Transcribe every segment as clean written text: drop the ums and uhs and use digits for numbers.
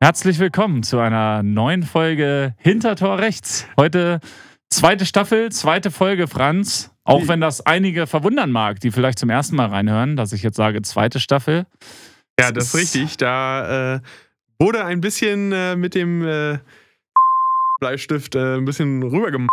Herzlich willkommen zu einer neuen Folge Hintertor rechts. Heute zweite Staffel, zweite Folge, Franz. Auch wenn das einige verwundern mag, die vielleicht zum ersten Mal reinhören, dass ich jetzt sage zweite Staffel. Ja, das ist richtig. Da wurde ein bisschen mit dem Bleistift ein bisschen rübergemacht.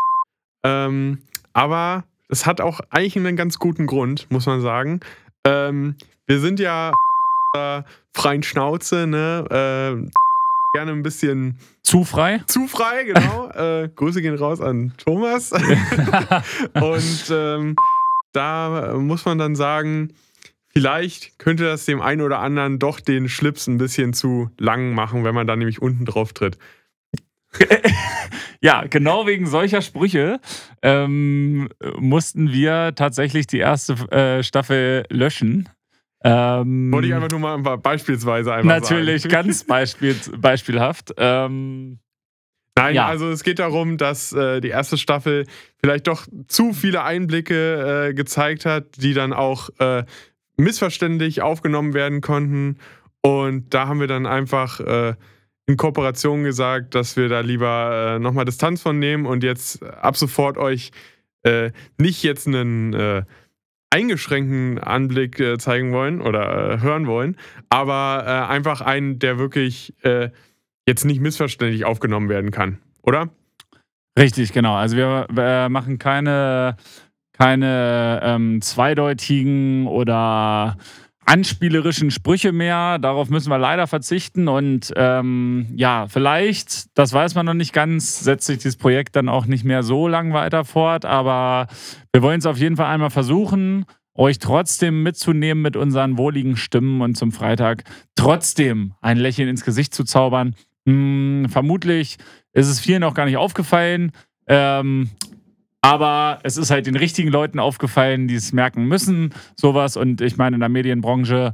Aber es hat auch eigentlich einen ganz guten Grund, muss man sagen. Wir sind ja freien Schnauze, ne? Gerne ein bisschen Zu frei? zu frei, genau. Grüße gehen raus an Thomas. Und da muss man dann sagen, vielleicht könnte das dem einen oder anderen doch den Schlips ein bisschen zu lang machen, wenn man da nämlich unten drauf tritt. Ja, genau wegen solcher Sprüche mussten wir tatsächlich die erste Staffel löschen. Wollte ich einfach nur mal beispielsweise einfach Natürlich, sagen. ganz beispielhaft. Nein, Ja. also es geht darum, dass die erste Staffel vielleicht doch zu viele Einblicke gezeigt hat, die dann auch missverständlich aufgenommen werden konnten. Und da haben wir dann einfach in Kooperation gesagt, dass wir da lieber nochmal Distanz von nehmen und jetzt ab sofort euch nicht jetzt einen eingeschränkten Anblick zeigen wollen oder hören wollen, aber einfach einen, der wirklich jetzt nicht missverständlich aufgenommen werden kann, oder? Richtig, genau. Also wir machen keine zweideutigen oder anspielerischen Sprüche mehr. Darauf müssen wir leider verzichten. Und vielleicht, das weiß man noch nicht ganz, setzt sich dieses Projekt dann auch nicht mehr so lang weiter fort. Aber wir wollen es auf jeden Fall einmal versuchen, euch trotzdem mitzunehmen mit unseren wohligen Stimmen und zum Freitag trotzdem ein Lächeln ins Gesicht zu zaubern. Vermutlich ist es vielen auch gar nicht aufgefallen. Aber es ist halt den richtigen Leuten aufgefallen, die es merken müssen, sowas. Und ich meine, in der Medienbranche,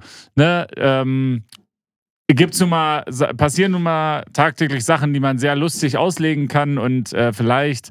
passieren nun mal tagtäglich Sachen, die man sehr lustig auslegen kann. Und vielleicht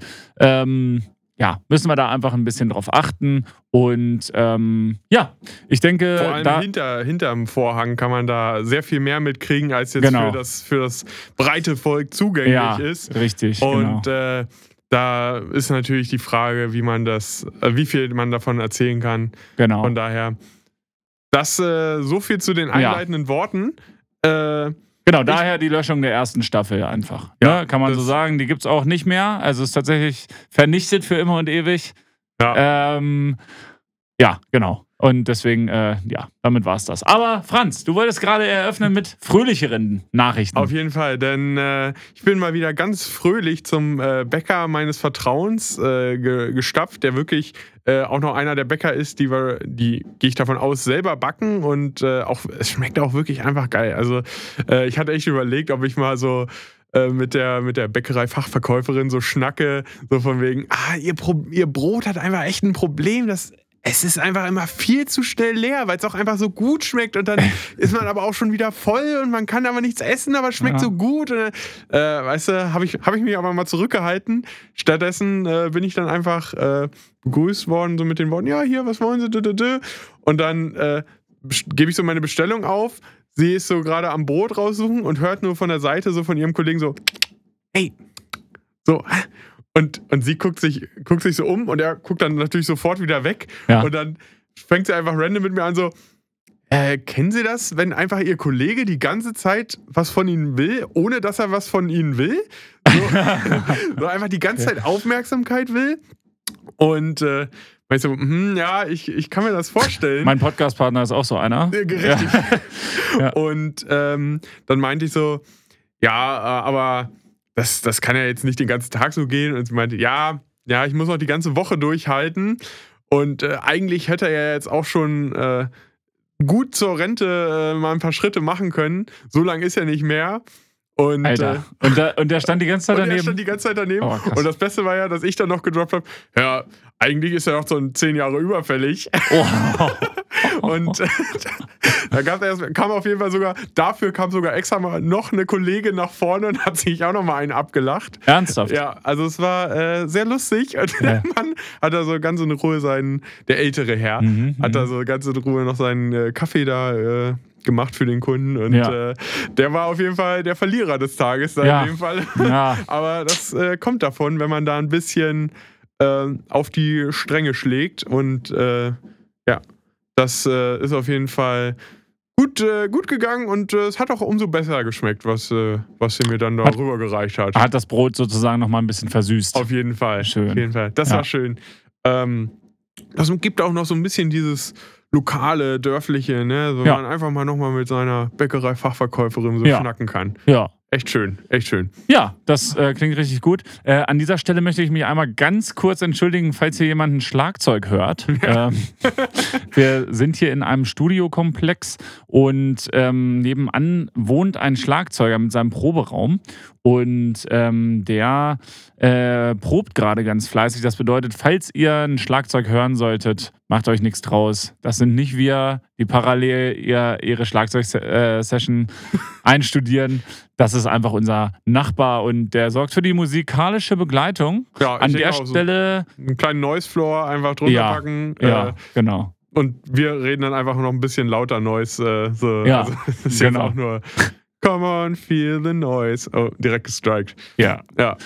müssen wir da einfach ein bisschen drauf achten. Und ich denke, Vor allem hinterm Vorhang kann man da sehr viel mehr mitkriegen, als jetzt Genau. für das breite Volk zugänglich ist. Richtig. Und genau. da ist natürlich die Frage, wie viel man davon erzählen kann. Genau. Von daher, das so viel zu den einleitenden Worten. Genau, daher die Löschung der ersten Staffel einfach. Ja, Ne? Kann man so sagen, die gibt es auch nicht mehr. Also ist tatsächlich vernichtet für immer und ewig. Ja. Genau. Und deswegen, damit war es das. Aber Franz, du wolltest gerade eröffnen mit fröhlicheren Nachrichten. Auf jeden Fall, denn ich bin mal wieder ganz fröhlich zum Bäcker meines Vertrauens gestapft, der wirklich auch noch einer der Bäcker ist, die gehe ich davon aus, selber backen und es schmeckt auch wirklich einfach geil. Also ich hatte echt überlegt, ob ich mal so mit der Bäckerei-Fachverkäuferin so schnacke, so von wegen, ihr Brot hat einfach echt ein Problem, es ist einfach immer viel zu schnell leer, weil es auch einfach so gut schmeckt und dann ist man aber auch schon wieder voll und man kann aber nichts essen, aber es schmeckt so gut. Und, weißt du, habe ich mich aber mal zurückgehalten. Stattdessen bin ich dann einfach begrüßt worden, so mit den Worten, ja, hier, was wollen Sie? Und dann gebe ich so meine Bestellung auf, sie ist so gerade am Brot raussuchen und hört nur von der Seite so von ihrem Kollegen so, hey, so. Und sie guckt sich so um und er guckt dann natürlich sofort wieder weg. Ja. Und dann fängt sie einfach random mit mir an so, kennen Sie das, wenn einfach Ihr Kollege die ganze Zeit was von Ihnen will, ohne dass er was von Ihnen will? So einfach die ganze Zeit Aufmerksamkeit will. Und ich so, ich kann mir das vorstellen. Mein Podcast-Partner ist auch so einer. Richtig. Ja. Und dann meinte ich so, aber das kann ja jetzt nicht den ganzen Tag so gehen. Und sie meinte, ja, ich muss noch die ganze Woche durchhalten. Und eigentlich hätte er ja jetzt auch schon gut zur Rente mal ein paar Schritte machen können. So lange ist er nicht mehr. Und, Alter. Und der stand die ganze Zeit daneben? Der stand die ganze Zeit daneben. Oh, krass. Und das Beste war ja, dass ich dann noch gedroppt habe, ja, eigentlich ist er noch so 10 Jahre überfällig. Oh. Und da kam auf jeden Fall dafür kam sogar extra mal noch eine Kollegin nach vorne und hat sich auch noch mal einen abgelacht. Ernsthaft? Ja, also es war sehr lustig. Und der Mann hat da so ganz in Ruhe der ältere Herr, hat da so ganz in Ruhe noch seinen Kaffee da gemacht für den Kunden und der war auf jeden Fall der Verlierer des Tages in dem Fall. Ja. Aber das kommt davon, wenn man da ein bisschen auf die Stränge schlägt und das ist auf jeden Fall gut gegangen und es hat auch umso besser geschmeckt, was sie mir dann da rübergereicht hat. Hat das Brot sozusagen nochmal ein bisschen versüßt. Auf jeden Fall. Schön. Auf jeden Fall. Das war schön. Das gibt auch noch so ein bisschen dieses lokale, dörfliche, ne? So man einfach mal nochmal mit seiner Bäckerei-Fachverkäuferin so schnacken kann. Ja. Echt schön, echt schön. Ja, das klingt richtig gut. An dieser Stelle möchte ich mich einmal ganz kurz entschuldigen, falls hier jemand ein Schlagzeug hört. Ja. Wir sind hier in einem Studiokomplex und nebenan wohnt ein Schlagzeuger mit seinem Proberaum und der probt gerade ganz fleißig. Das bedeutet, falls ihr ein Schlagzeug hören solltet, macht euch nichts draus. Das sind nicht wir, die parallel ihre Schlagzeug-Session einstudieren. Das ist einfach unser Nachbar und der sorgt für die musikalische Begleitung. Ja, an der Stelle so einen kleinen Noise Floor einfach drunter packen. Ja, genau. Und wir reden dann einfach noch ein bisschen lauter Noise. Ja, also, das ist jetzt auch nur Come on, feel the noise. Oh, direkt gestrikt. Ja.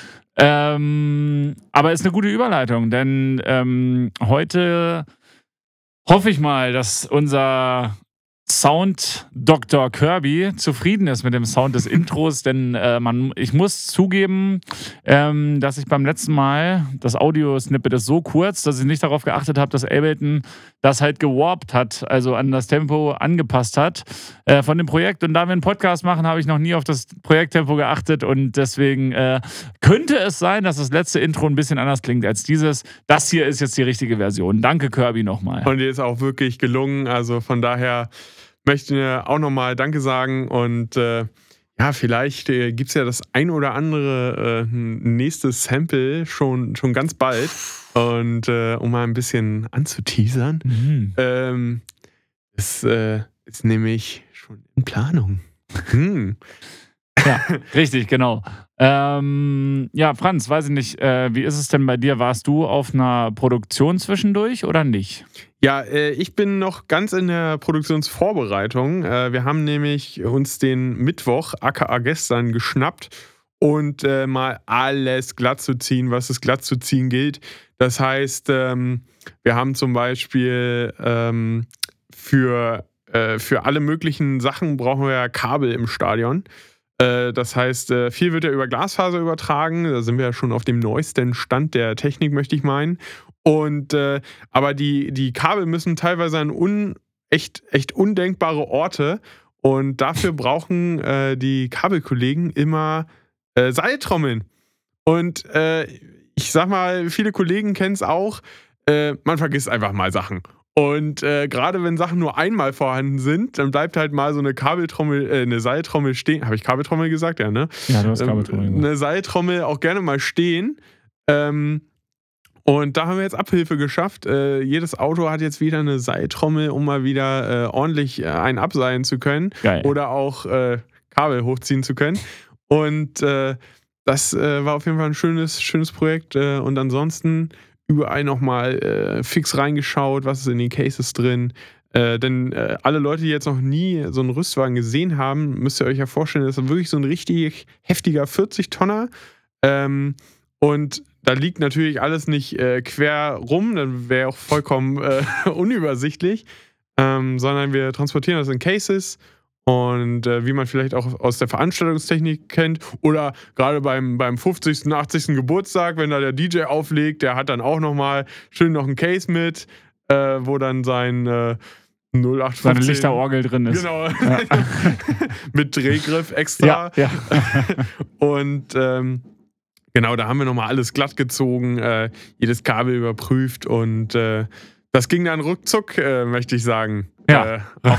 Aber ist eine gute Überleitung, denn heute hoffe ich mal, dass unser Sound Dr. Kirby zufrieden ist mit dem Sound des Intros, denn ich muss zugeben, dass ich beim letzten Mal, das Audio-Snippet ist so kurz, dass ich nicht darauf geachtet habe, dass Ableton das halt gewarpt hat, also an das Tempo angepasst hat von dem Projekt. Und da wir einen Podcast machen, habe ich noch nie auf das Projekttempo geachtet und deswegen könnte es sein, dass das letzte Intro ein bisschen anders klingt als dieses. Das hier ist jetzt die richtige Version. Danke, Kirby, nochmal. Und die ist auch wirklich gelungen, also von daher möchte ich auch nochmal Danke sagen und vielleicht gibt es ja das ein oder andere nächstes Sample schon ganz bald und um mal ein bisschen anzuteasern, ist nämlich schon in Planung. Ja, richtig, genau. Franz, weiß ich nicht, wie ist es denn bei dir? Warst du auf einer Produktion zwischendurch oder nicht? Ja, ich bin noch ganz in der Produktionsvorbereitung. Wir haben nämlich uns den Mittwoch, aka gestern, geschnappt und mal alles glatt zu ziehen, was es glatt zu ziehen gilt. Das heißt, wir haben zum Beispiel für alle möglichen Sachen brauchen wir ja Kabel im Stadion. Das heißt, viel wird ja über Glasfaser übertragen. Da sind wir ja schon auf dem neuesten Stand der Technik, möchte ich meinen. Und aber die Kabel müssen teilweise an echt undenkbare Orte. Und dafür brauchen die Kabelkollegen immer Seiltrommeln. Und ich sag mal, viele Kollegen kennen es auch. Man vergisst einfach mal Sachen. Und gerade wenn Sachen nur einmal vorhanden sind, dann bleibt halt mal so eine eine Seiltrommel stehen. Habe ich Kabeltrommel gesagt? Ja, ne? Ja, du hast Kabeltrommel gesagt. Eine Seiltrommel auch gerne mal stehen. Und da haben wir jetzt Abhilfe geschafft. Jedes Auto hat jetzt wieder eine Seiltrommel, um mal wieder ordentlich einen abseilen zu können. Geil. Oder auch Kabel hochziehen zu können. Und das war auf jeden Fall ein schönes Projekt. Und ansonsten überall nochmal fix reingeschaut, was ist in den Cases drin. Denn alle Leute, die jetzt noch nie so einen Rüstwagen gesehen haben, müsst ihr euch ja vorstellen, das ist wirklich so ein richtig heftiger 40-Tonner. Und da liegt natürlich alles nicht quer rum, dann wäre auch vollkommen unübersichtlich, sondern wir transportieren das in Cases. Und wie man vielleicht auch aus der Veranstaltungstechnik kennt oder gerade beim 50., 80. Geburtstag, wenn da der DJ auflegt, der hat dann auch nochmal schön noch ein Case mit, wo dann sein 0815... Seine Lichterorgel drin ist. Genau, ja. Mit Drehgriff extra. Ja. Und genau, da haben wir nochmal alles glatt gezogen, jedes Kabel überprüft und das ging dann ruckzuck, möchte ich sagen. Ja.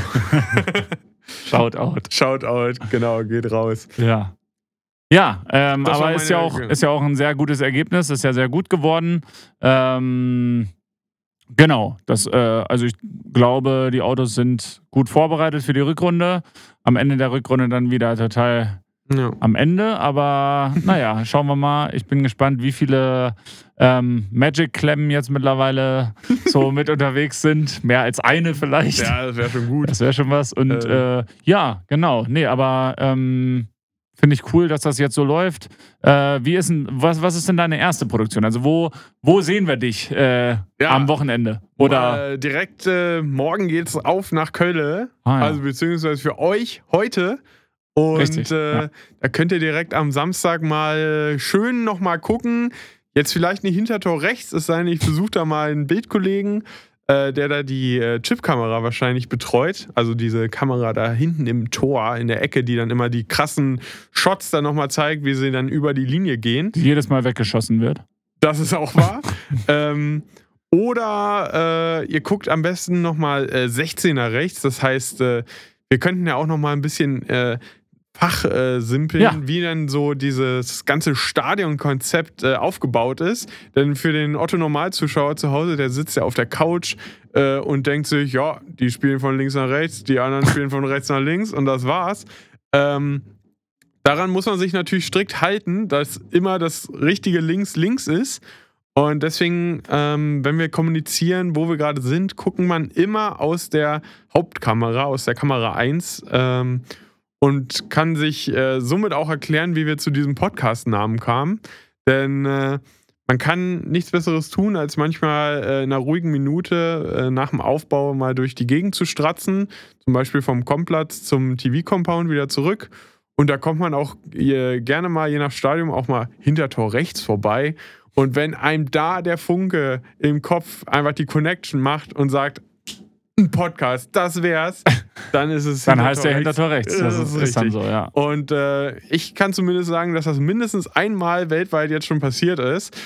Shoutout, genau, geht raus. Ja. Ja, aber ist ja auch ein sehr gutes Ergebnis, ist ja sehr gut geworden. Genau, also ich glaube, die Autos sind gut vorbereitet für die Rückrunde. Am Ende der Rückrunde dann wieder total am Ende. Aber naja, schauen wir mal. Ich bin gespannt, wie viele Magic-Klemmen jetzt mittlerweile so mit unterwegs sind. Mehr als eine vielleicht. Ja, das wäre schon gut. Das wäre schon was. Und ja, genau. Nee, aber finde ich cool, dass das jetzt so läuft. Was ist denn deine erste Produktion? Also wo sehen wir dich am Wochenende? Oder direkt morgen geht's auf nach Köln. Ja. Also beziehungsweise für euch heute. Und Richtig, da könnt ihr direkt am Samstag mal schön nochmal gucken. Jetzt vielleicht nicht Hintertor rechts, es sei denn, ich besuche da mal einen Bildkollegen, der da die Chipkamera wahrscheinlich betreut. Also diese Kamera da hinten im Tor in der Ecke, die dann immer die krassen Shots dann nochmal zeigt, wie sie dann über die Linie gehen. die jedes Mal weggeschossen wird. Das ist auch wahr. Oder ihr guckt am besten nochmal 16er rechts. Das heißt, wir könnten ja auch nochmal ein bisschen fachsimpeln, wie dann so dieses ganze Stadionkonzept aufgebaut ist. Denn für den Otto-Normalzuschauer zu Hause, der sitzt ja auf der Couch und denkt sich, ja, die spielen von links nach rechts, die anderen spielen von rechts nach links und das war's. Daran muss man sich natürlich strikt halten, dass immer das richtige links ist. Und deswegen, wenn wir kommunizieren, wo wir gerade sind, gucken man immer aus der Hauptkamera, aus der Kamera 1 und kann sich somit auch erklären, wie wir zu diesem Podcast-Namen kamen. Denn man kann nichts Besseres tun, als manchmal in einer ruhigen Minute nach dem Aufbau mal durch die Gegend zu stratzen. Zum Beispiel vom Komplatz zum TV-Compound wieder zurück. Und da kommt man auch gerne mal, je nach Stadium, auch mal hinter Tor rechts vorbei. Und wenn einem da der Funke im Kopf einfach die Connection macht und sagt, ein Podcast, das wär's, dann ist es dann heißt der Hintertor rechts. Das ist dann so, ja. Und ich kann zumindest sagen, dass das mindestens einmal weltweit jetzt schon passiert ist.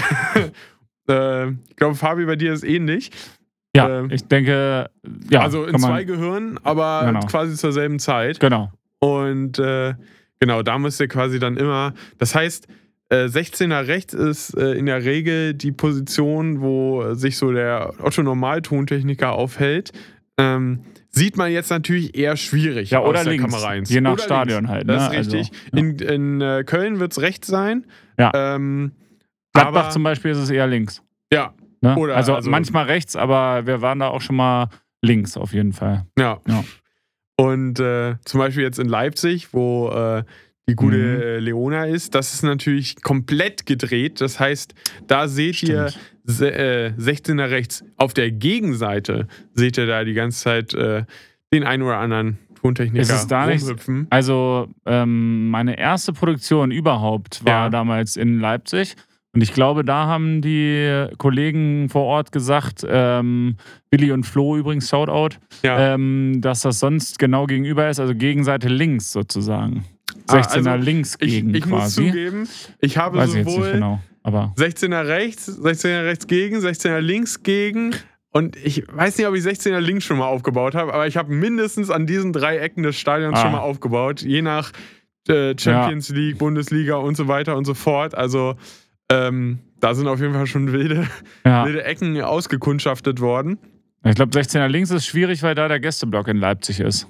Ich glaube, Fabi, bei dir ist ähnlich. Ja, ich denke, ja. Also in zwei Gehirnen, aber quasi zur selben Zeit. Genau. Und genau, da müsst ihr quasi dann immer, das heißt, 16er rechts ist in der Regel die Position, wo sich so der Otto-Normal-Tontechniker aufhält. Sieht man jetzt natürlich eher schwierig ja, oder aus der links, Kamera 1. je nach oder Stadion links. halt. Das Ne? ist richtig. Also, In Köln wird es rechts sein. Ja. Gladbach zum Beispiel ist es eher links. Ja. Ne? Oder, also manchmal rechts, aber wir waren da auch schon mal links auf jeden Fall. Ja. Und zum Beispiel jetzt in Leipzig, wo die gute Leona ist, das ist natürlich komplett gedreht. Das heißt, da seht ihr 16er rechts. Auf der Gegenseite seht ihr da die ganze Zeit den einen oder anderen Tontechniker ist es da rumhüpfen. Nicht, also meine erste Produktion überhaupt war damals in Leipzig. Und ich glaube, da haben die Kollegen vor Ort gesagt, Billy und Flo übrigens, Shoutout, dass das sonst genau gegenüber ist, also Gegenseite links sozusagen. 16er links gegen ich quasi. muss zugeben, ich habe weiß ich sowohl jetzt nicht genau, aber 16er rechts gegen, 16er links gegen und ich weiß nicht, ob ich 16er links schon mal aufgebaut habe, aber ich habe mindestens an diesen 3 Ecken des Stadions schon mal aufgebaut, je nach Champions League, Bundesliga und so weiter und so fort. Also da sind auf jeden Fall schon wilde Ecken ausgekundschaftet worden. Ich glaube, 16er links ist schwierig, weil da der Gästeblock in Leipzig ist.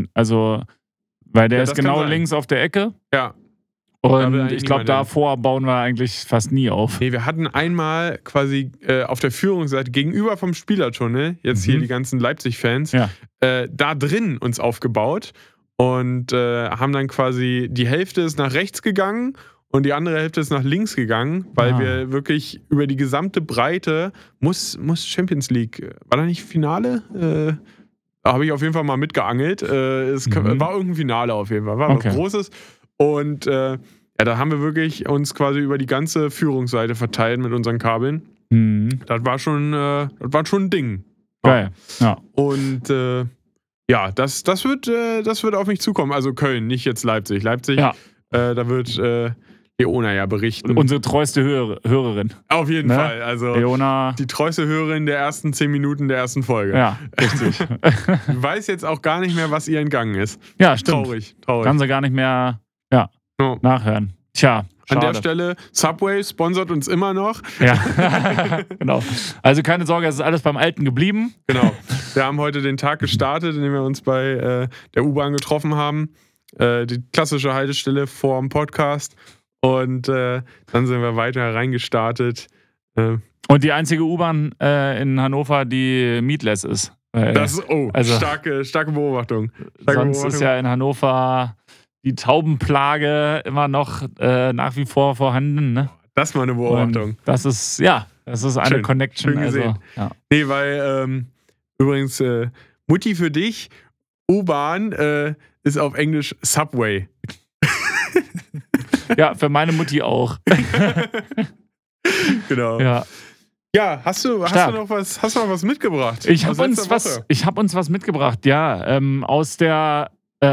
Weil der ist genau links auf der Ecke. Ja. Und ich glaube, davor bauen wir eigentlich fast nie auf. Nee, wir hatten einmal quasi auf der Führungsseite gegenüber vom Spielertunnel, jetzt hier die ganzen Leipzig-Fans, da drin uns aufgebaut und haben dann quasi, die Hälfte ist nach rechts gegangen und die andere Hälfte ist nach links gegangen, weil wir wirklich über die gesamte Breite muss Champions League, war da nicht Finale? Da habe ich auf jeden Fall mal mitgeangelt. Es war irgendein Finale auf jeden Fall, war was Großes. Und da haben wir wirklich uns quasi über die ganze Führungsseite verteilt mit unseren Kabeln. Das war schon ein Ding. Geil. Ja. Und das wird auf mich zukommen. Also Köln, nicht jetzt Leipzig. Leipzig, da wird Leona berichten. Unsere treueste Hörerin. Auf jeden Fall. Also Leona. Die treueste Hörerin der ersten 10 Minuten der ersten Folge. Ja, richtig. Ich weiß jetzt auch gar nicht mehr, was ihr entgangen ist. Ja, stimmt. Traurig. Kann sie gar nicht mehr nachhören. Tja, schade. An der Stelle, Subway sponsert uns immer noch. Ja, genau. Also keine Sorge, es ist alles beim Alten geblieben. Genau. Wir haben heute den Tag gestartet, indem wir uns bei der U-Bahn getroffen haben. die klassische Haltestelle vorm Podcast. Und dann sind wir weiter reingestartet. Und die einzige U-Bahn in Hannover, die meatless ist. Starke Beobachtung. Sonst ist ja in Hannover die Taubenplage immer noch nach wie vor vorhanden. Ne? Das ist mal eine Beobachtung. Und das ist eine schön, Connection. Schön gesehen. Also, ja. Nee, weil übrigens Mutti für dich, U-Bahn ist auf Englisch Subway. Ja, für meine Mutti auch. Genau. Ja, hast du noch was mitgebracht? Ich habe uns was mitgebracht, ja. Aus der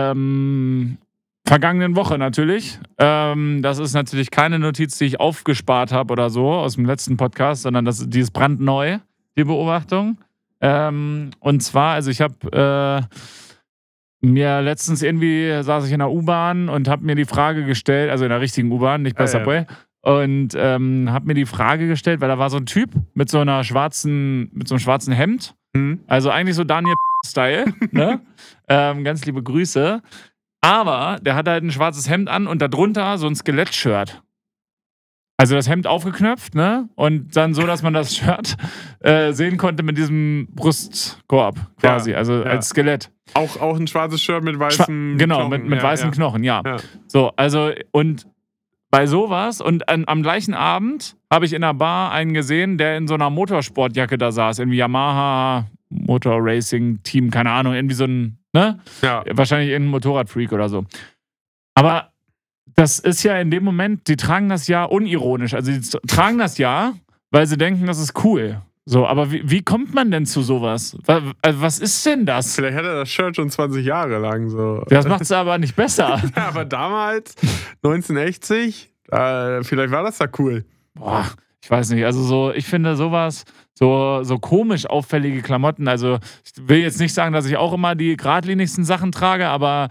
vergangenen Woche natürlich. Das ist natürlich keine Notiz, die ich aufgespart habe oder so aus dem letzten Podcast, sondern die ist brandneu, die Beobachtung. Und zwar, also ich habe mir letztens saß ich in der U-Bahn und habe mir die Frage gestellt, also in der richtigen U-Bahn, nicht bei Subway, und habe mir die Frage gestellt, weil da war so ein Typ mit so einem schwarzen Hemd, also eigentlich so Daniel-Style, ne? Ganz liebe Grüße. Aber der hat halt ein schwarzes Hemd an und darunter so ein Skelett-Shirt. Also das Hemd aufgeknöpft, ne? Und dann so, dass man das Shirt sehen konnte mit diesem Brustkorb quasi, als Skelett. Auch ein schwarzes Shirt mit weißen Knochen. Mit weißen Knochen, ja. So, also und bei sowas und am gleichen Abend habe ich in einer Bar einen gesehen, der in so einer Motorsportjacke da saß, irgendwie Yamaha Motor Racing Team, keine Ahnung, irgendwie so ein, ne? Ja. Wahrscheinlich irgendein Motorradfreak oder so. Aber das ist ja in dem Moment, die tragen das ja unironisch. Also die tragen das ja, weil sie denken, das ist cool. So, aber wie kommt man denn zu sowas? Was ist denn das? Vielleicht hat er das Shirt schon 20 Jahre lang so. Das macht es aber nicht besser. Ja, aber damals, 1980, vielleicht war das da cool. Boah, ich weiß nicht. Also so, ich finde sowas, so komisch auffällige Klamotten. Also ich will jetzt nicht sagen, dass ich auch immer die geradlinigsten Sachen trage, aber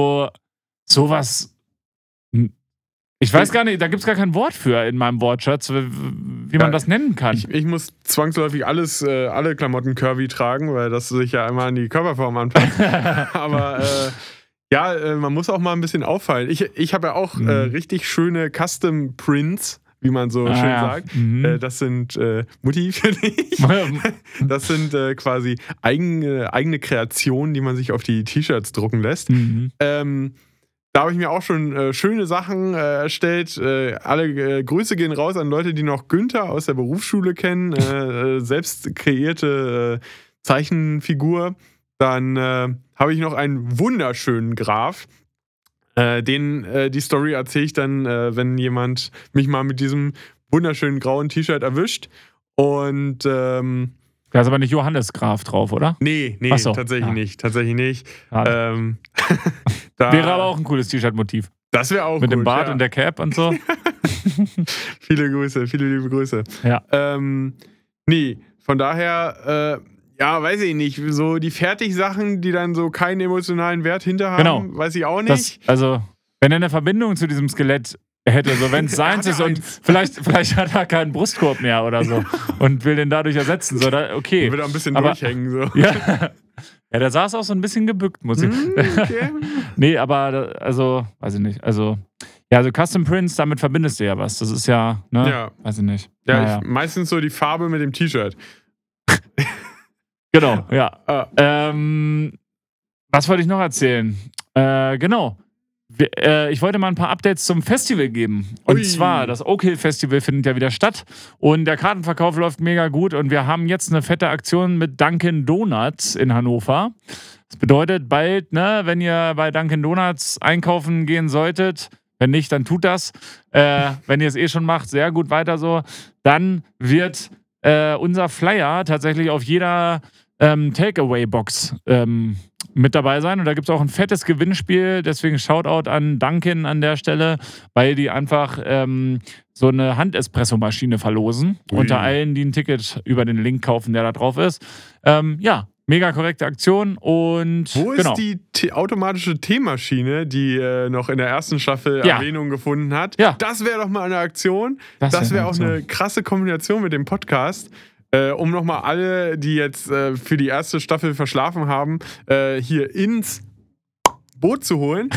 sowas. Ich weiß gar nicht, da gibt es gar kein Wort für in meinem Wortschatz, wie man das nennen kann. Ich muss zwangsläufig alle Klamotten curvy tragen, weil das sich ja immer an die Körperform anpasst. Aber man muss auch mal ein bisschen auffallen. Ich habe ja auch richtig schöne Custom Prints, wie man so schön sagt. Das sind Mutti für dich. Das sind quasi eigene Kreationen, die man sich auf die T-Shirts drucken lässt. Da habe ich mir auch schon schöne Sachen erstellt. Alle Grüße gehen raus an Leute, die noch Günther aus der Berufsschule kennen. Selbst kreierte Zeichenfigur. Dann habe ich noch einen wunderschönen Graph. Die Story erzähle ich dann, wenn jemand mich mal mit diesem wunderschönen grauen T-Shirt erwischt. Und da ist aber nicht Johannes Graf drauf, oder? Nee, so, tatsächlich nicht. Wäre aber auch ein cooles T-Shirt-Motiv. Das wäre auch mit dem Bart und der Cap und so. Viele liebe Grüße. Ja. Von daher, weiß ich nicht. So die Fertigsachen, die dann so keinen emotionalen Wert hinter haben, weiß ich auch nicht. Also, wenn er eine Verbindung zu diesem Skelett hätte, so wenn es seins ist und vielleicht hat er keinen Brustkorb mehr oder so und will den dadurch ersetzen. So, okay. Und will da ein bisschen durchhängen. So. Ja, der saß auch so ein bisschen gebückt, muss ich. Okay. Nee, aber also, weiß ich nicht. Also Custom Prints, damit verbindest du ja was. Das ist ja, ne? Ja. Weiß ich nicht. Ja, meistens so die Farbe mit dem T-Shirt. Genau, ja. Was wollte ich noch erzählen? Genau. Ich wollte mal ein paar Updates zum Festival geben. Und zwar, das Oak Hill Festival findet ja wieder statt. Und der Kartenverkauf läuft mega gut. Und wir haben jetzt eine fette Aktion mit Dunkin' Donuts in Hannover. Das bedeutet bald, ne, wenn ihr bei Dunkin' Donuts einkaufen gehen solltet, wenn nicht, dann tut das. Wenn ihr es schon macht, sehr gut, weiter so. Dann wird unser Flyer tatsächlich auf jeder Takeaway-Box mit dabei sein. Und da gibt es auch ein fettes Gewinnspiel. Deswegen Shoutout an Dunkin' an der Stelle, weil die einfach so eine Handespresso-Maschine verlosen. Unter allen, die ein Ticket über den Link kaufen, der da drauf ist. Mega korrekte Aktion. Und wo ist die automatische Teemaschine, die noch in der ersten Staffel Erwähnung gefunden hat? Ja. Das wäre doch mal eine Aktion. Das wäre auch eine krasse Kombination mit dem Podcast. Um nochmal alle, die jetzt für die erste Staffel verschlafen haben, hier ins Boot zu holen.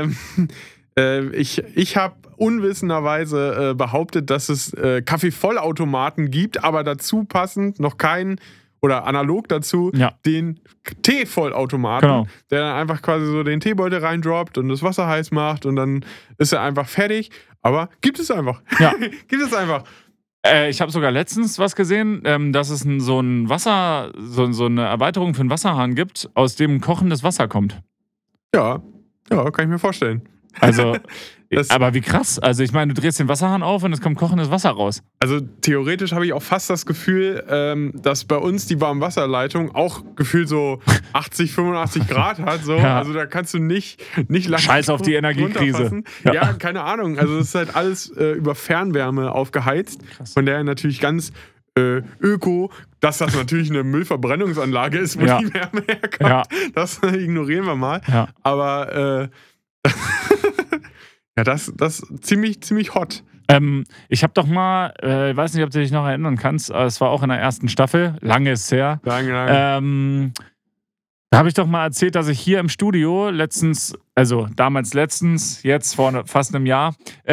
Ich habe unwissenderweise behauptet, dass es Kaffeevollautomaten gibt, aber dazu passend noch keinen oder analog dazu den Teevollautomaten, der dann einfach quasi so den Teebeutel reindroppt und das Wasser heiß macht und dann ist er einfach fertig. Aber gibt es einfach. Ja. Gibt es einfach. Ich habe sogar letztens was gesehen, dass es so eine Erweiterung für einen Wasserhahn gibt, aus dem kochendes Wasser kommt. Ja, kann ich mir vorstellen. Also, aber wie krass. Also ich meine, du drehst den Wasserhahn auf und es kommt kochendes Wasser raus. Also theoretisch habe ich auch fast das Gefühl, dass bei uns die Warmwasserleitung auch gefühlt so 80, 85 Grad hat. So. Ja. Also da kannst du nicht lange Scheiß auf die Energiekrise. Ja, keine Ahnung. Also es ist halt alles über Fernwärme aufgeheizt. Krass. Von daher natürlich ganz öko, dass das natürlich eine Müllverbrennungsanlage ist, wo die Wärme herkommt. Ja. Das ignorieren wir mal. Ja. Aber ja, das ist ziemlich hot. Ich habe doch mal, ich weiß nicht, ob du dich noch erinnern kannst, aber es war auch in der ersten Staffel, lange ist es her. Lange. Da habe ich doch mal erzählt, dass ich hier im Studio damals letztens, jetzt vor fast einem Jahr,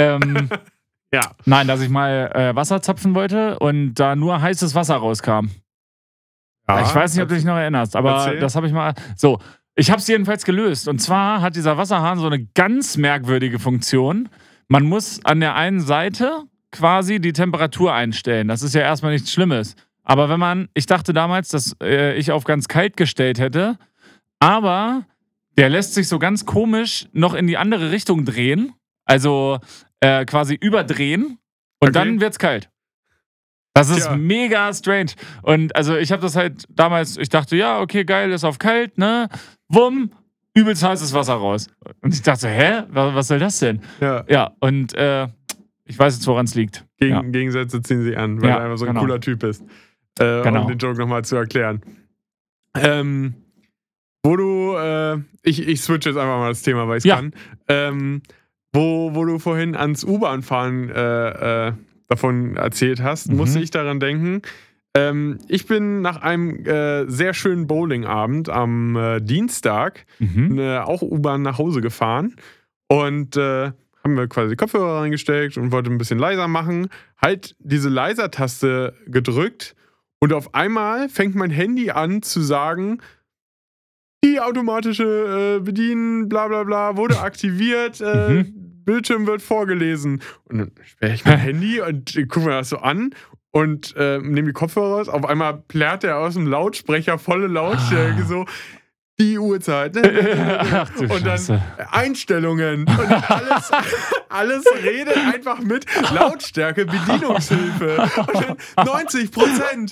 dass ich mal Wasser zapfen wollte und da nur heißes Wasser rauskam. Ja, ich weiß nicht, ob du dich noch erinnerst, aber das habe ich mal. So, ich habe es jedenfalls gelöst. Und zwar hat dieser Wasserhahn so eine ganz merkwürdige Funktion. Man muss an der einen Seite quasi die Temperatur einstellen. Das ist ja erstmal nichts Schlimmes. Aber ich dachte damals, dass ich auf ganz kalt gestellt hätte, aber der lässt sich so ganz komisch noch in die andere Richtung drehen. Also quasi überdrehen und dann wird's kalt. Das ist mega strange. Und also ich habe das halt damals, ich dachte, ja, okay, geil, ist auf kalt, ne? Wumm, übelst heißes Wasser raus. Und ich dachte, was soll das denn? Ja, und ich weiß jetzt, woran es liegt. Gegensätze ziehen sie an, weil du einfach so ein cooler Typ bist. Um den Joke nochmal zu erklären. Wo du, ich switche jetzt einfach mal das Thema, weil ich es kann. Wo du vorhin ans U-Bahn-Fahren davon erzählt hast, musste ich daran denken. Ich bin nach einem sehr schönen Bowlingabend am Dienstag auch U-Bahn nach Hause gefahren und haben wir quasi Kopfhörer reingesteckt und wollte ein bisschen leiser machen. Halt diese Leiser-Taste gedrückt und auf einmal fängt mein Handy an zu sagen, die automatische Bedienen, bla bla bla, wurde aktiviert, Bildschirm wird vorgelesen. Und dann sperre ich mein Handy und gucke mir das so an und nehme die Kopfhörer raus. Auf einmal plärrt er aus dem Lautsprecher, volle Lautstärke, so die Uhrzeit. Ach, du und dann Scheiße. Einstellungen und alles redet einfach mit Lautstärke, Bedienungshilfe. Und dann 90%,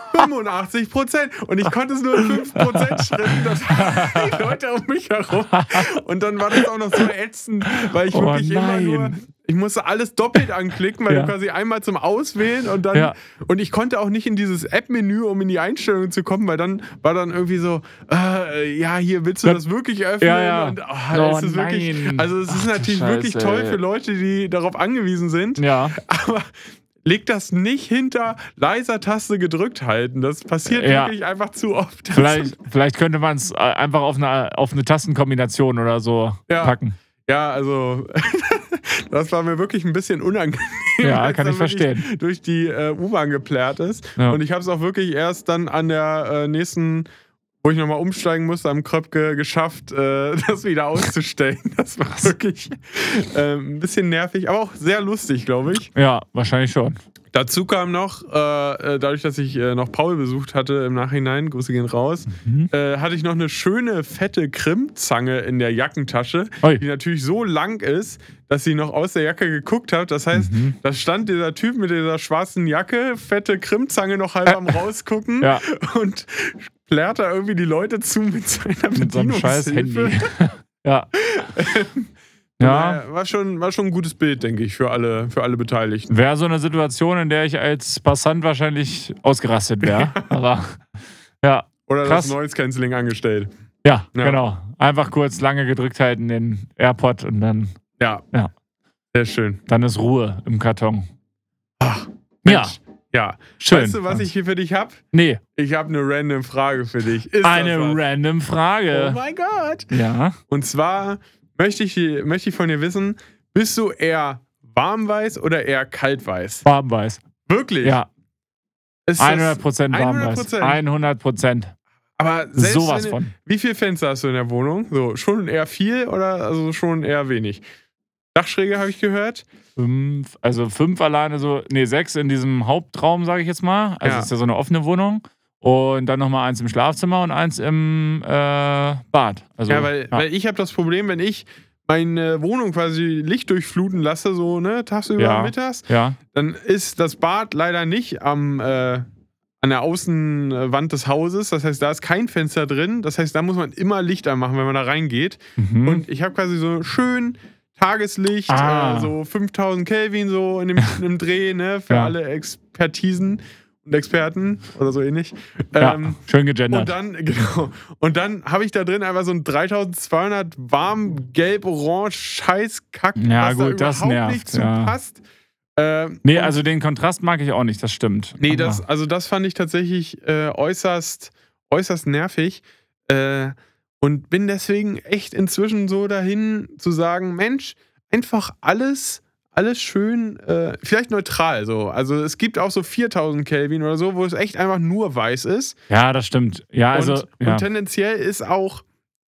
85%. Und ich konnte es nur in 5% Schritten. Das die Leute um mich herum. Und dann war das auch noch so ätzend, weil ich wirklich immer nur. Ich musste alles doppelt anklicken, weil du quasi einmal zum Auswählen und dann. Und ich konnte auch nicht in dieses App-Menü, um in die Einstellungen zu kommen, weil dann war dann irgendwie so, hier willst du das wirklich öffnen? Ja. Und es ist wirklich. Also es ist natürlich wirklich toll für Leute, die darauf angewiesen sind. Ja. Aber leg das nicht hinter leiser Taste gedrückt halten. Das passiert wirklich einfach zu oft. Vielleicht könnte man es einfach auf eine Tastenkombination oder so packen. Ja, also das war mir wirklich ein bisschen unangenehm. Ja, kann ich verstehen. Durch die U-Bahn geplärrt ist. Ja. Und ich habe es auch wirklich erst dann an der nächsten, wo ich nochmal umsteigen musste, am Kröpke geschafft, das wieder auszustellen. Das war wirklich ein bisschen nervig, aber auch sehr lustig, glaube ich. Ja, wahrscheinlich schon. Dazu kam noch, dadurch, dass ich noch Paul besucht hatte im Nachhinein, Grüße gehen raus, hatte ich noch eine schöne, fette Krimmzange in der Jackentasche, die natürlich so lang ist, dass sie noch aus der Jacke geguckt hat. Das heißt, da stand dieser Typ mit dieser schwarzen Jacke, fette Krimmzange noch halb am rausgucken und plärrt da irgendwie die Leute zu mit seiner Bedienungshilfe. Mit so einem scheiß Handy. Ja. War schon ein gutes Bild, denke ich, für alle Beteiligten. Wäre so eine Situation, in der ich als Passant wahrscheinlich ausgerastet wäre. Aber Oder krass. Das Noise Cancelling angestellt. Ja, genau. Einfach kurz lange gedrückt halten, den AirPod und dann. Ja. Sehr schön. Dann ist Ruhe im Karton. Ach, Mensch. Ja. Schön. Weißt du, was ich hier für dich habe? Nee. Ich habe eine random Frage für dich. Ist Eine das was? random Frage. Oh mein Gott. Ja. Und zwar möchte ich von dir wissen, bist du eher warmweiß oder eher kaltweiß? Warmweiß. Wirklich? Ja. Ist das 100% warmweiß. 100%. Aber selbst Sowas von. Wie viele Fenster hast du in der Wohnung? So, schon eher viel oder also schon eher wenig? Dachschräge habe ich gehört. 5, also 5 alleine so, 6 in diesem Hauptraum, sage ich jetzt mal. Also ist ja so eine offene Wohnung. Und dann nochmal 1 im Schlafzimmer und 1 im Bad. Also, Ja, weil ich habe das Problem, wenn ich meine Wohnung quasi Licht durchfluten lasse, so, ne, tagsüber, mittags, dann ist das Bad leider nicht an der Außenwand des Hauses. Das heißt, da ist kein Fenster drin. Das heißt, da muss man immer Licht anmachen, wenn man da reingeht. Und ich habe quasi so schön Tageslicht, so 5000 Kelvin so in dem Dreh, ne, für alle Expertisen und Experten oder so ähnlich. Schön gegendert. Und dann habe ich da drin einfach so ein 3200 warm, gelb, orange Scheißkack, ja, was gut, da das überhaupt nervt, nicht zu passt. Also den Kontrast mag ich auch nicht, das stimmt. Nee, das fand ich tatsächlich äußerst nervig. Und bin deswegen echt inzwischen so dahin zu sagen, Mensch, einfach alles schön, vielleicht neutral so. Also es gibt auch so 4000 Kelvin oder so, wo es echt einfach nur weiß ist. Ja, das stimmt. Ja, also, und tendenziell ist auch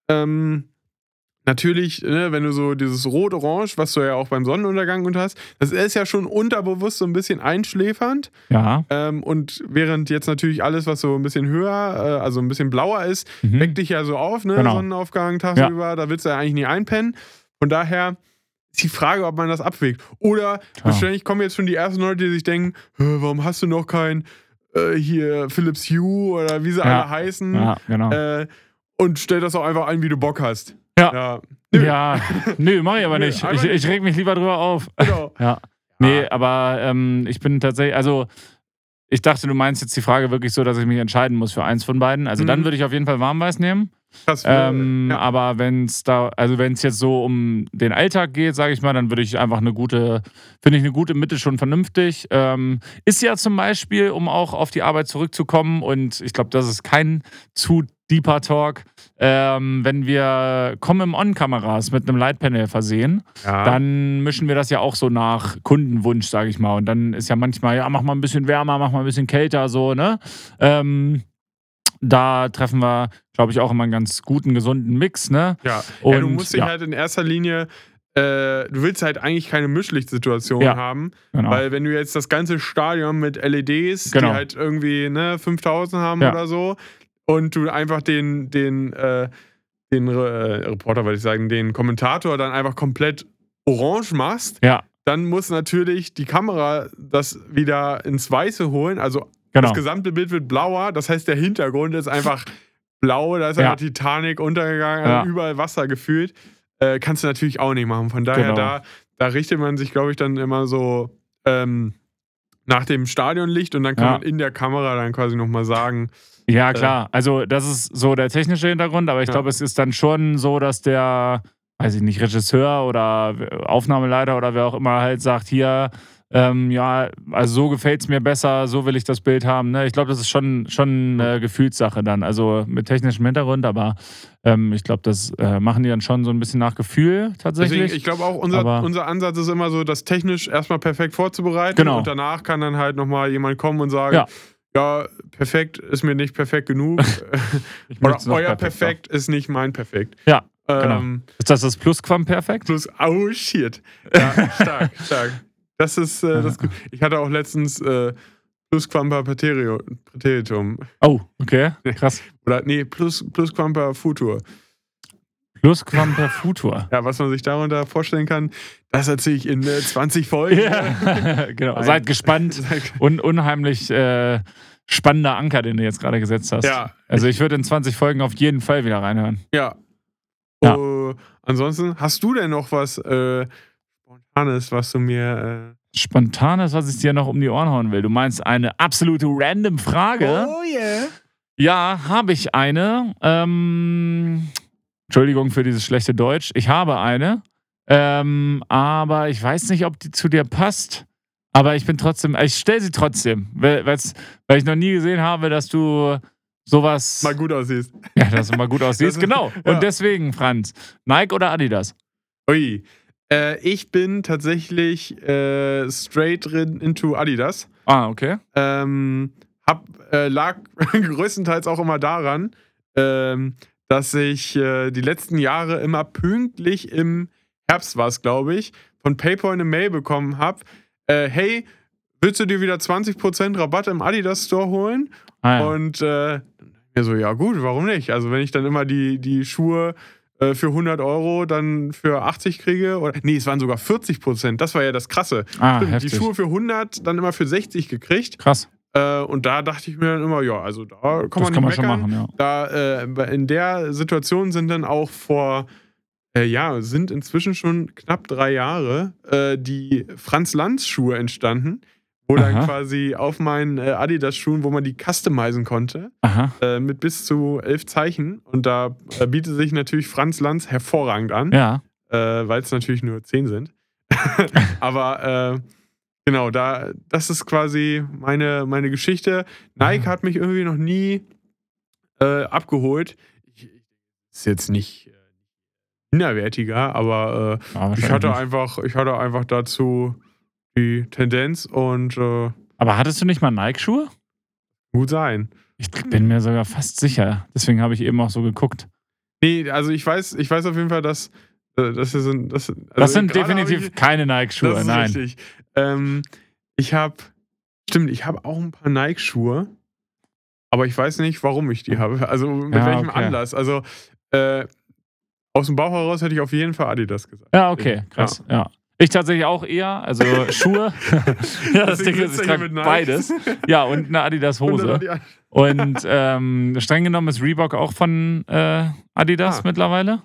natürlich, ne, wenn du so dieses Rot-Orange, was du ja auch beim Sonnenuntergang hast, das ist ja schon unterbewusst so ein bisschen einschläfernd. Ja. Und während jetzt natürlich alles, was so ein bisschen höher, also ein bisschen blauer ist, weckt dich ja so auf, ne? Genau. Sonnenaufgang tagsüber, da willst du ja eigentlich nie einpennen. Von daher ist die Frage, ob man das abwägt. Oder wahrscheinlich kommen jetzt schon die ersten Leute, die sich denken, warum hast du noch kein hier Philips Hue oder wie sie alle heißen? Ja, genau. Und stell das auch einfach ein, wie du Bock hast. Ja. Nö, mach ich aber nicht. Ich reg mich lieber drüber auf. Genau. Ja. Nee, aber ich bin tatsächlich, also ich dachte, du meinst jetzt die Frage wirklich so, dass ich mich entscheiden muss für eins von beiden. Also dann würde ich auf jeden Fall warmweiß nehmen. Aber wenn es jetzt so um den Alltag geht, sage ich mal, dann finde ich eine gute Mitte schon vernünftig. Ist ja zum Beispiel, um auch auf die Arbeit zurückzukommen, und ich glaube, das ist kein zu deeper Talk, wenn wir Come-On-Kameras mit einem Lightpanel versehen, dann mischen wir das ja auch so nach Kundenwunsch, sage ich mal. Und dann ist ja manchmal, mach mal ein bisschen wärmer, mach mal ein bisschen kälter, so, ne? Da treffen wir, glaube ich, auch immer einen ganz guten, gesunden Mix, ne? Ja, du musst dich halt in erster Linie, du willst halt eigentlich keine Mischlichtsituation haben, weil wenn du jetzt das ganze Stadion mit LEDs, die halt irgendwie 5000 haben oder so, und du einfach den Reporter, wollte ich sagen, den Kommentator dann einfach komplett orange machst, dann muss natürlich die Kamera das wieder ins Weiße holen, also das gesamte Bild wird blauer, das heißt, der Hintergrund ist einfach blau, da ist einfach Titanic untergegangen, also überall Wasser gefühlt. Kannst du natürlich auch nicht machen. Von daher, da richtet man sich, glaube ich, dann immer so nach dem Stadionlicht, und dann kann man in der Kamera dann quasi nochmal sagen. Ja, klar. Also, das ist so der technische Hintergrund, aber ich glaube, es ist dann schon so, dass der, weiß ich nicht, Regisseur oder Aufnahmeleiter oder wer auch immer halt sagt, hier, also so gefällt es mir besser, so will ich das Bild haben. Ne? Ich glaube, das ist schon eine Gefühlssache dann, also mit technischem Hintergrund, aber ich glaube, das machen die dann schon so ein bisschen nach Gefühl tatsächlich. Deswegen, ich glaube auch, unser Ansatz ist immer so, das technisch erstmal perfekt vorzubereiten, und danach kann dann halt nochmal jemand kommen und sagen, ja, perfekt ist mir nicht perfekt genug. Oder euer Perfekt ist nicht mein Perfekt. Ja, genau. Ist das Plusquamperfekt? Oh, shit. Ja, stark. Das ist gut. Ich hatte auch letztens Plusquamperferitum. Oh, okay, krass. Oder Plusquamperfutur. Plusquamperfutur. Ja, was man sich darunter vorstellen kann, das erzähle ich in 20 Folgen. Ja, genau. Seid gespannt. Und unheimlich spannender Anker, den du jetzt gerade gesetzt hast. Ja. Also ich würde in 20 Folgen auf jeden Fall wieder reinhören. Ja. Ansonsten, hast du denn noch was Spontanes, was du mir... Spontanes, was ich dir noch um die Ohren hauen will? Du meinst eine absolute random Frage? Oh yeah. Ja, habe ich eine. Entschuldigung für dieses schlechte Deutsch. Ich habe eine. Aber ich weiß nicht, ob die zu dir passt. Aber ich stelle sie trotzdem, weil ich noch nie gesehen habe, dass du sowas. Mal gut aussiehst. Ja, dass du mal gut aussiehst, genau. Ja. Und deswegen, Franz, Nike oder Adidas? Ui. Ich bin tatsächlich straight into Adidas. Ah, okay. Lag größtenteils auch immer daran, dass ich die letzten Jahre immer pünktlich im Herbst war es, glaube ich, von PayPal eine Mail bekommen habe, hey, willst du dir wieder 20% Rabatt im Adidas Store holen? Ah, ja. Und mir so, ja gut, warum nicht? Also wenn ich dann immer die Schuhe für 100 Euro dann für 80 kriege, oder nee, es waren sogar 40%, das war ja das Krasse. Stimmt, heftig. die Schuhe für 100 dann immer für 60 gekriegt. Krass. Und da dachte ich mir dann immer, ja, also da kann Das man nicht schon meckern. machen, ja. Da, in der Situation sind dann auch sind inzwischen schon knapp 3 Jahre die Franz-Lanz-Schuhe entstanden, wo dann Aha. quasi auf meinen Adidas-Schuhen, wo man die customizen konnte, Aha. mit bis zu 11 Zeichen. Und da bietet sich natürlich Franz Lanz hervorragend an, Ja. weil es natürlich nur 10 sind. Aber genau, das ist quasi meine Geschichte. Nike hat mich irgendwie noch nie abgeholt. Ist jetzt nicht minderwertiger, aber ich hatte einfach dazu die Tendenz und Aber hattest du nicht mal Nike-Schuhe? gut sein. Ich bin mir sogar fast sicher. Deswegen habe ich eben auch so geguckt. Nee, also ich weiß auf jeden Fall, dass das sind. Das sind definitiv keine Nike-Schuhe, das ist nein. richtig. Ich habe auch ein paar Nike-Schuhe, aber ich weiß nicht, warum ich die habe. Also mit welchem Anlass. Also aus dem Bauch heraus hätte ich auf jeden Fall Adidas gesagt. Ja, okay, krass. Ja. Ich tatsächlich auch eher, also Schuhe. Ja, das Ding ist, ich trage beides. Ja, und eine Adidas-Hose. Und streng genommen ist Reebok auch von Adidas mittlerweile.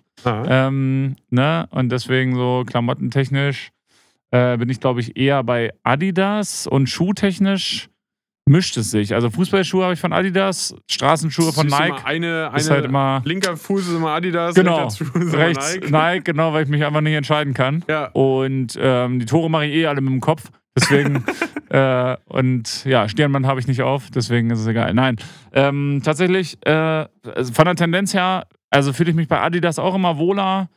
Ne? Und deswegen so klamottentechnisch bin ich, glaube ich, eher bei Adidas und schuhtechnisch mischt es sich. Also Fußballschuhe habe ich von Adidas, Straßenschuhe von Nike. Ist halt immer linker Fuß ist immer Adidas, genau, rechter Fuß ist rechts immer Nike, genau, weil ich mich einfach nicht entscheiden kann. Ja. Und die Tore mache ich alle mit dem Kopf. Deswegen, und ja, Stirnband habe ich nicht auf, deswegen ist es egal. Nein, tatsächlich, also von der Tendenz her, also fühle ich mich bei Adidas auch immer wohler.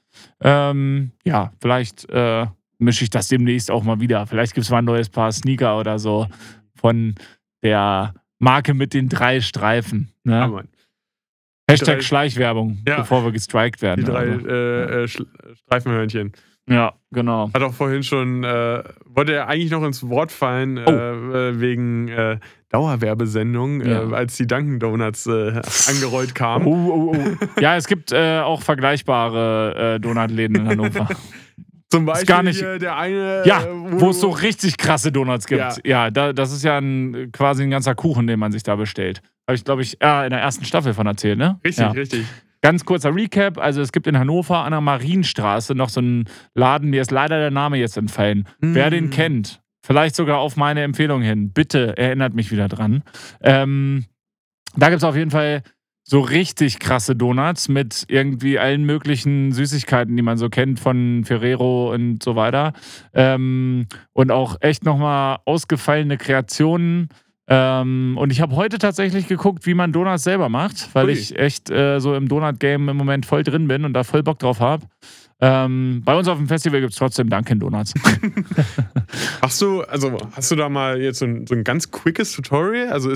Ja, vielleicht mische ich das demnächst auch mal wieder. Vielleicht gibt es mal ein neues Paar Sneaker oder so von der Marke mit den 3 Streifen. Ne? Ja, Mann. Hashtag Schleichwerbung, bevor wir gestrikt werden. Die 3 Streifenhörnchen. Ja, genau. Hat auch vorhin schon, wollte er eigentlich noch ins Wort fallen, wegen Dauerwerbesendung, als die Dunkin' Donuts angerollt kamen. Ja, es gibt auch vergleichbare Donutläden in Hannover. Zum Beispiel gar nicht, hier der eine, ja, wo es so richtig krasse Donuts gibt. Ja, das ist ja quasi ein ganzer Kuchen, den man sich da bestellt. Habe ich, glaube ich, in der ersten Staffel von erzählt, ne? Richtig. Ganz kurzer Recap. Also es gibt in Hannover an der Marienstraße noch so einen Laden, mir ist leider der Name jetzt entfallen. Wer den kennt, vielleicht sogar auf meine Empfehlung hin, bitte erinnert mich wieder dran. Da gibt es auf jeden Fall so richtig krasse Donuts mit irgendwie allen möglichen Süßigkeiten, die man so kennt von Ferrero und so weiter. Und auch echt nochmal ausgefallene Kreationen. Und ich habe heute tatsächlich geguckt, wie man Donuts selber macht, weil ich echt so im Donut-Game im Moment voll drin bin und da voll Bock drauf habe. Bei uns auf dem Festival gibt es trotzdem Dunkin' Donuts. Hast du da mal jetzt so ein ganz quickes Tutorial? Also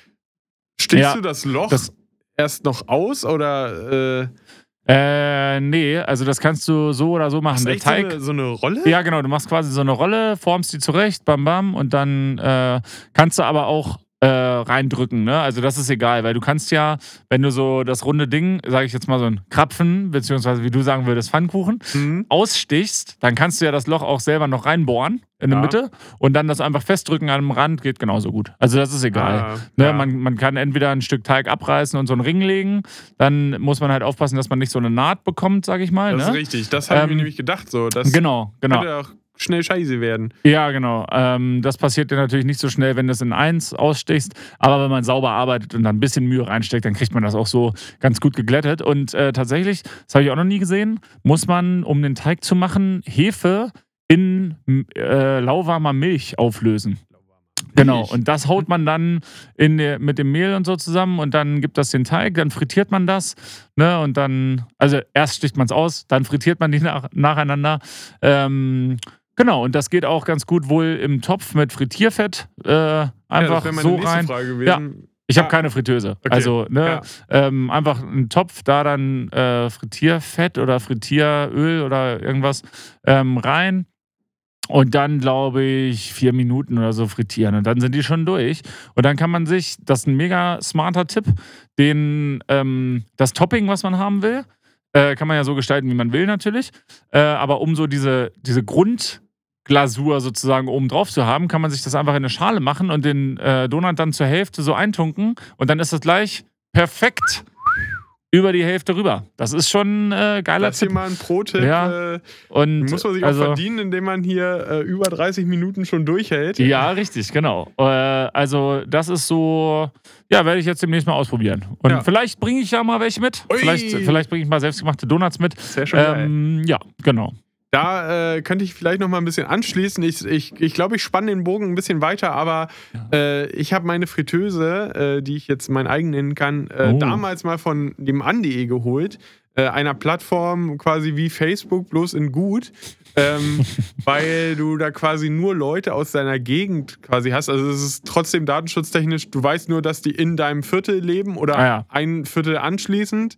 stichst du das Loch erst noch aus oder? Nee, also das kannst du so oder so machen. Der Teig, so eine Rolle? Ja, genau, du machst quasi so eine Rolle, formst die zurecht, bam bam, und dann kannst du aber auch reindrücken, ne? Also das ist egal, weil du kannst ja, wenn du so das runde Ding, sage ich jetzt mal so ein Krapfen, beziehungsweise wie du sagen würdest, Pfannkuchen, ausstichst, dann kannst du ja das Loch auch selber noch reinbohren in der Mitte und dann das einfach festdrücken an dem Rand, geht genauso gut. Also das ist egal. Man kann entweder ein Stück Teig abreißen und so einen Ring legen, dann muss man halt aufpassen, dass man nicht so eine Naht bekommt, sag ich mal. Das ist richtig, das habe ich mir nämlich gedacht. So. Das genau. könnte auch schnell scheiße werden. Ja, genau. Das passiert dir natürlich nicht so schnell, wenn du es in 1 ausstichst, aber wenn man sauber arbeitet und dann ein bisschen Mühe reinsteckt, dann kriegt man das auch so ganz gut geglättet. Und tatsächlich, das habe ich auch noch nie gesehen, muss man, um den Teig zu machen, Hefe in lauwarmer Milch auflösen. Genau, und das haut man dann mit dem Mehl und so zusammen und dann gibt das den Teig, dann frittiert man das, ne, und dann, also erst sticht man es aus, dann frittiert man die nacheinander. Genau, und das geht auch ganz gut wohl im Topf mit Frittierfett einfach das so rein. Frage gewesen. Ja, ich habe keine Fritteuse. Okay. Also, ne, einfach einen Topf, da dann Frittierfett oder Frittieröl oder irgendwas rein. Und dann, glaube ich, 4 Minuten oder so frittieren. Und dann sind die schon durch. Und dann kann man sich, das ist ein mega smarter Tipp, das Topping, was man haben will, kann man ja so gestalten, wie man will natürlich. Aber um so diese Grundglasur sozusagen oben drauf zu haben, kann man sich das einfach in eine Schale machen und den Donut dann zur Hälfte so eintunken. Und dann ist das gleich perfekt über die Hälfte rüber. Das ist schon geiler Tipp. Das ist hier mal ein Pro-Tipp. Ja, und muss man sich auch verdienen, indem man hier über 30 Minuten schon durchhält. Ja, richtig, genau. Also das ist so, ja, werde ich jetzt demnächst mal ausprobieren. Und vielleicht bringe ich ja mal welche mit. Vielleicht bringe ich mal selbstgemachte Donuts mit. Sehr schön geil. Ja, genau. Da könnte ich vielleicht noch mal ein bisschen anschließen. Ich glaube, ich spanne den Bogen ein bisschen weiter, aber ich habe meine Fritteuse, die ich jetzt mein eigen nennen kann, damals mal von dem Andi geholt. Einer Plattform quasi wie Facebook, bloß in gut. Weil du da quasi nur Leute aus deiner Gegend quasi hast. Also es ist trotzdem datenschutztechnisch, du weißt nur, dass die in deinem Viertel leben oder ein Viertel anschließend.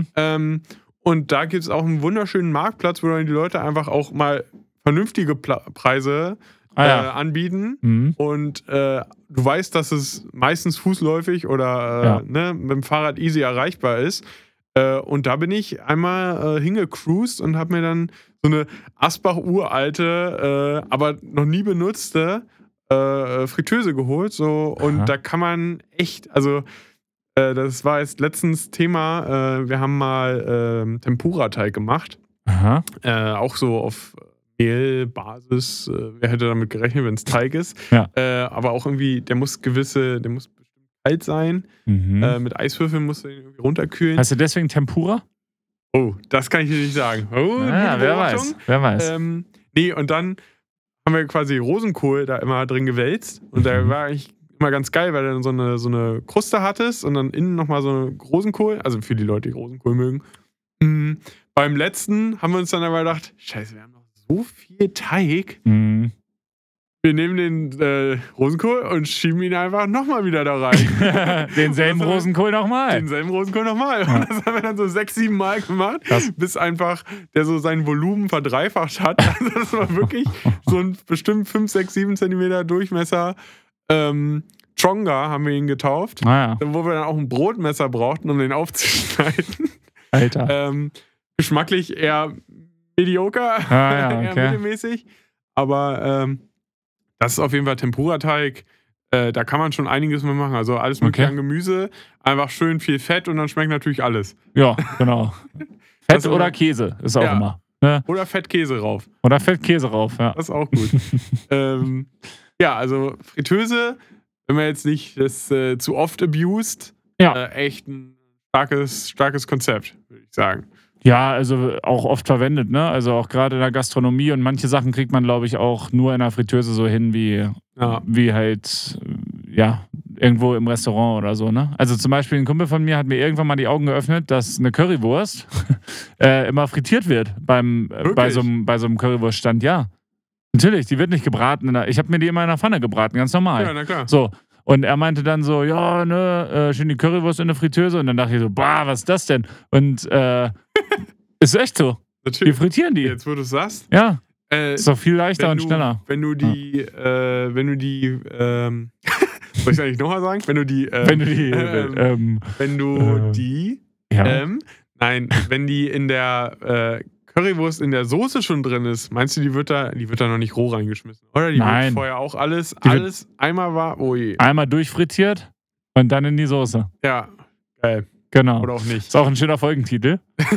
Und da gibt es auch einen wunderschönen Marktplatz, wo dann die Leute einfach auch mal vernünftige Preise anbieten. Und du weißt, dass es meistens fußläufig oder mit dem Fahrrad easy erreichbar ist. Und da bin ich einmal hingecruised und habe mir dann so eine Asbach-uralte, aber noch nie benutzte Fritteuse geholt. So. Und da kann man echt, also das war jetzt letztens Thema, wir haben mal Tempura-Teig gemacht. Auch so auf Mehlbasis. Wer hätte damit gerechnet, wenn es Teig ist? Aber auch irgendwie, der muss bestimmt kalt sein. Mit Eiswürfeln musst du ihn irgendwie runterkühlen. Heißt du deswegen Tempura? Oh, das kann ich dir nicht sagen. Wer weiß. Nee, und dann haben wir quasi Rosenkohl da immer drin gewälzt. Und da war eigentlich immer ganz geil, weil du dann so eine Kruste hattest und dann innen nochmal so eine Rosenkohl. Also für die Leute, die Rosenkohl mögen. Beim letzten haben wir uns dann aber gedacht, scheiße, wir haben noch so viel Teig. Wir nehmen den Rosenkohl und schieben ihn einfach nochmal wieder da rein. Denselben Rosenkohl nochmal. Und das haben wir dann so 6, 7 Mal gemacht, bis einfach der so sein Volumen verdreifacht hat. Also das war wirklich so ein bestimmt 5, 6, 7 Zentimeter Durchmesser. Chonga haben wir ihn getauft. Wo wir dann auch ein Brotmesser brauchten, um den aufzuschneiden. Alter. Geschmacklich eher mediocre, eher mittelmäßig. Aber das ist auf jeden Fall Tempura-Teig. Da kann man schon einiges mit machen. Also alles mögliche an Gemüse. Einfach schön viel Fett und dann schmeckt natürlich alles. Ja, genau. Fett oder Käse ist auch immer. Ne? Oder Fettkäse rauf. Oder Fettkäse rauf, ja. Das ist auch gut. Also Fritteuse, wenn man jetzt nicht das zu oft abused, echt ein starkes Konzept, würde ich sagen. Ja, also auch oft verwendet, ne? Also auch gerade in der Gastronomie und manche Sachen kriegt man, glaube ich, auch nur in der Fritteuse so hin, wie halt, irgendwo im Restaurant oder so, ne? Also zum Beispiel ein Kumpel von mir hat mir irgendwann mal die Augen geöffnet, dass eine Currywurst immer frittiert wird bei so einem Currywurststand, ja. Natürlich, die wird nicht gebraten. Ich habe mir die immer in der Pfanne gebraten, ganz normal. Ja, na klar. So. Und er meinte dann so, schön die Currywurst in der Fritteuse. Und dann dachte ich so, was ist das denn? Und ist echt so. Natürlich. Wir frittieren die. Jetzt, wo du es sagst. Ja. Ist doch viel leichter und schneller. Wenn du die, soll ich es eigentlich nochmal sagen? Wenn die in der Currywurst in der Soße schon drin ist, meinst du, die wird da noch nicht roh reingeschmissen? Oder? Wird vorher auch alles einmal war, einmal durchfrittiert und dann in die Soße. Ja, geil. Genau. Oder auch nicht. Ist auch ein schöner Folgentitel.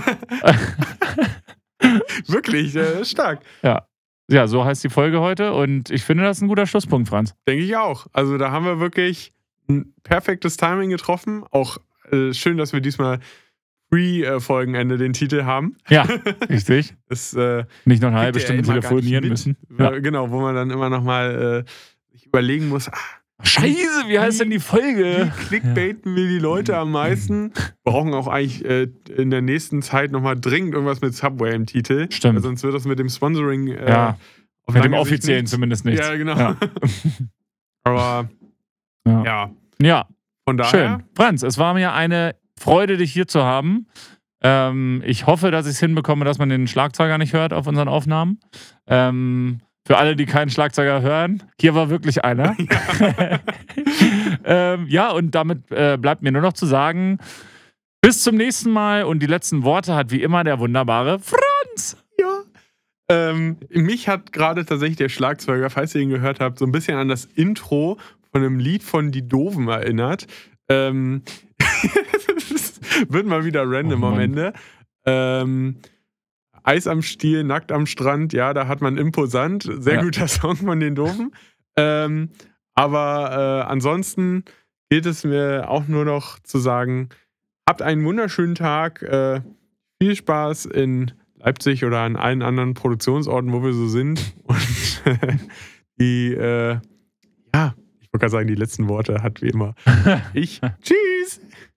Wirklich, stark. Ja, so heißt die Folge heute und ich finde, das ist ein guter Schlusspunkt, Franz. Denke ich auch. Also da haben wir wirklich ein perfektes Timing getroffen. Auch schön, dass wir diesmal Pre-Folgenende den Titel haben. Ja, richtig. Das, nicht noch eine halbe kriegt ihr Stunde immer gar nicht telefonieren mit. müssen. Ja. Genau, wo man dann immer nochmal sich überlegen muss, Scheiße, wie heißt denn die Folge? wie clickbaiten wir die Leute am meisten? Wir brauchen auch eigentlich in der nächsten Zeit nochmal dringend irgendwas mit Subway im Titel. Stimmt. Weil sonst wird das mit dem Sponsoring auf mit dem lange Sicht offiziellen nichts. zumindest nichts. Ja, genau. Ja. Aber Ja. ja, von daher. Schön. Franz, es war mir eine Freude, dich hier zu haben. Ich hoffe, dass ich es hinbekomme, dass man den Schlagzeuger nicht hört auf unseren Aufnahmen. Für alle, die keinen Schlagzeuger hören, hier war wirklich einer. Ja, und damit bleibt mir nur noch zu sagen, bis zum nächsten Mal. Und die letzten Worte hat wie immer der wunderbare Franz. Ja. Mich hat gerade tatsächlich der Schlagzeuger, falls ihr ihn gehört habt, so ein bisschen an das Intro von einem Lied von Die Doofen erinnert. Das wird mal wieder random am Ende. Eis am Stiel, nackt am Strand, ja, da hat man imposant. Sehr guter Song von den Doofen. Aber ansonsten gilt es mir auch nur noch zu sagen, habt einen wunderschönen Tag. Viel Spaß in Leipzig oder an allen anderen Produktionsorten, wo wir so sind. Und ich wollte gerade sagen, die letzten Worte hat wie immer Tschüss!